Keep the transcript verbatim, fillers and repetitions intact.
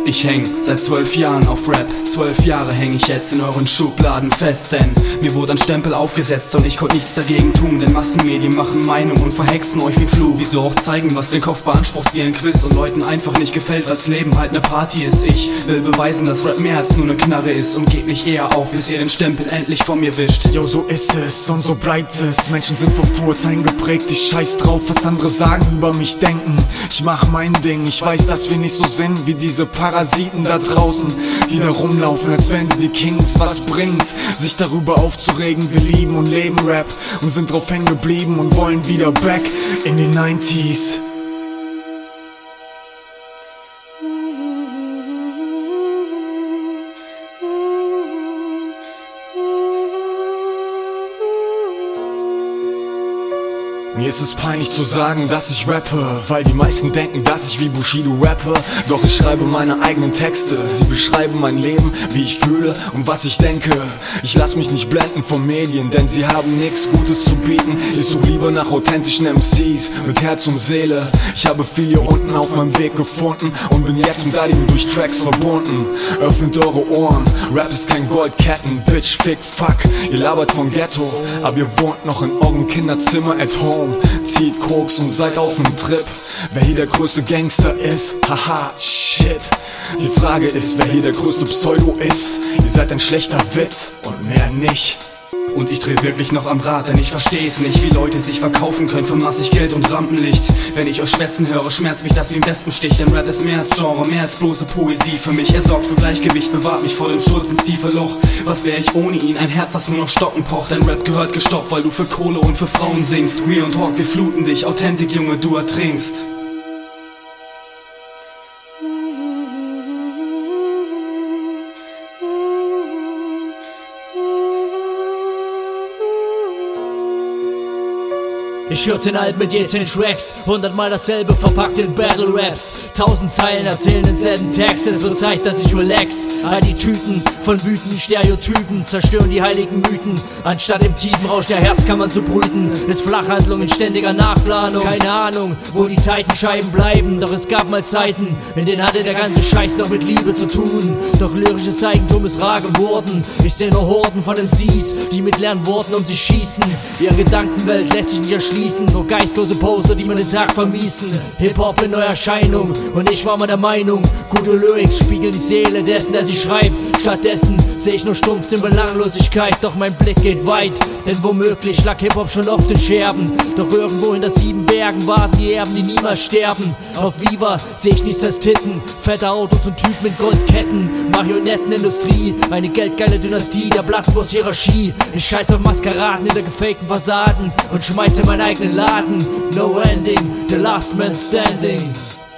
Ich häng seit zwölf Jahren auf Rap, zwölf Jahre häng ich jetzt in euren Schubladen fest, denn mir wurde ein Stempel aufgesetzt und ich konnte nichts dagegen tun, denn Massenmedien machen Meinung und verhexen euch wie Fluch. Wieso auch zeigen, was den Kopf beansprucht wie ein Quiz und Leuten einfach nicht gefällt, weil's Leben halt ne Party ist. Ich will beweisen, dass Rap mehr als nur ne Knarre ist und geht nicht eher auf, bis ihr den Stempel endlich von mir wischt. Yo, so ist es und so bleibt es. Menschen sind vor Vorurteilen geprägt, ich scheiß drauf, was andere sagen, über mich denken. Ich mach mein Ding, ich weiß, dass wir nicht so sind wie diese Parasiten da draußen, die da rumlaufen, als wären sie die Kings. Was bringt, sich darüber aufzuregen? Wir lieben und leben Rap und sind drauf hängen geblieben und wollen wieder back in die neunziger. Mir ist es peinlich zu sagen, dass ich rappe, weil die meisten denken, dass ich wie Bushido rappe. Doch ich schreibe meine eigenen Texte, sie beschreiben mein Leben, wie ich fühle und was ich denke. Ich lass mich nicht blenden von Medien, denn sie haben nichts Gutes zu bieten. Ich such lieber nach authentischen M Cs mit Herz und Seele. Ich habe viel hier unten auf meinem Weg gefunden und bin jetzt mit einigen durch Tracks verbunden. Öffnet eure Ohren, Rap ist kein Goldketten, Bitch, Fick, Fuck. Ihr labert vom Ghetto, aber ihr wohnt noch in eurem Kinderzimmer at home. Zieht Koks und seid auf nem Trip. Wer hier der größte Gangster ist? Haha, shit. Die Frage ist, wer hier der größte Pseudo ist. Ihr seid ein schlechter Witz und mehr nicht. Und ich dreh wirklich noch am Rad, denn ich versteh's nicht, wie Leute sich verkaufen können für massig Geld und Rampenlicht. Wenn ich euch schwätzen höre, schmerzt mich das wie im Wespenstich, denn Rap ist mehr als Genre, mehr als bloße Poesie für mich. Er sorgt für Gleichgewicht, bewahrt mich vor dem Sturz ins tiefe Loch. Was wär ich ohne ihn? Ein Herz, das nur noch stocken pocht. Dein Rap gehört gestoppt, weil du für Kohle und für Frauen singst. Real und Talk, wir fluten dich, Authentik, Junge, du ertrinkst. Ich hör den Alben mit je zehn Tracks, hundertmal dasselbe verpackt in Battle Raps. Tausend Zeilen erzählen denselben Text, es wird Zeit, dass ich relax. All die Tüten von wütenden Stereotypen zerstören die heiligen Mythen. Anstatt im tiefen Rausch der Herzkammern zu brüten, ist Flachhandlung in ständiger Nachplanung. Keine Ahnung, wo die Titanscheiben bleiben, doch es gab mal Zeiten, in denen hatte der ganze Scheiß noch mit Liebe zu tun. Doch lyrisches Eigentum ist rar geworden. Ich seh nur Horden von M Cs, die mit leeren Worten um sich schießen. Ihre Gedankenwelt lässt sich nicht erschließen. Nur geistlose Poser, die mir den Tag vermiesen. Hip-Hop in Neuerscheinung und ich war mal der Meinung, gute Lyrics spiegeln die Seele dessen, der sie schreibt. Stattdessen seh ich nur Stumpfsinn Belanglosigkeit, doch mein Blick geht weit, denn womöglich lag Hip-Hop schon oft in Scherben. Doch irgendwo hinter sieben Bergen warten die Erben, die niemals sterben. Auf Viva seh ich nichts als Titten, fette Autos und Typen mit Goldketten. Marionettenindustrie, eine geldgeile Dynastie der Blattwurst-Hierarchie. Ich scheiß auf Maskeraden hinter gefakten Fassaden und schmeiße mein eigenen Laden. No ending, the last man standing.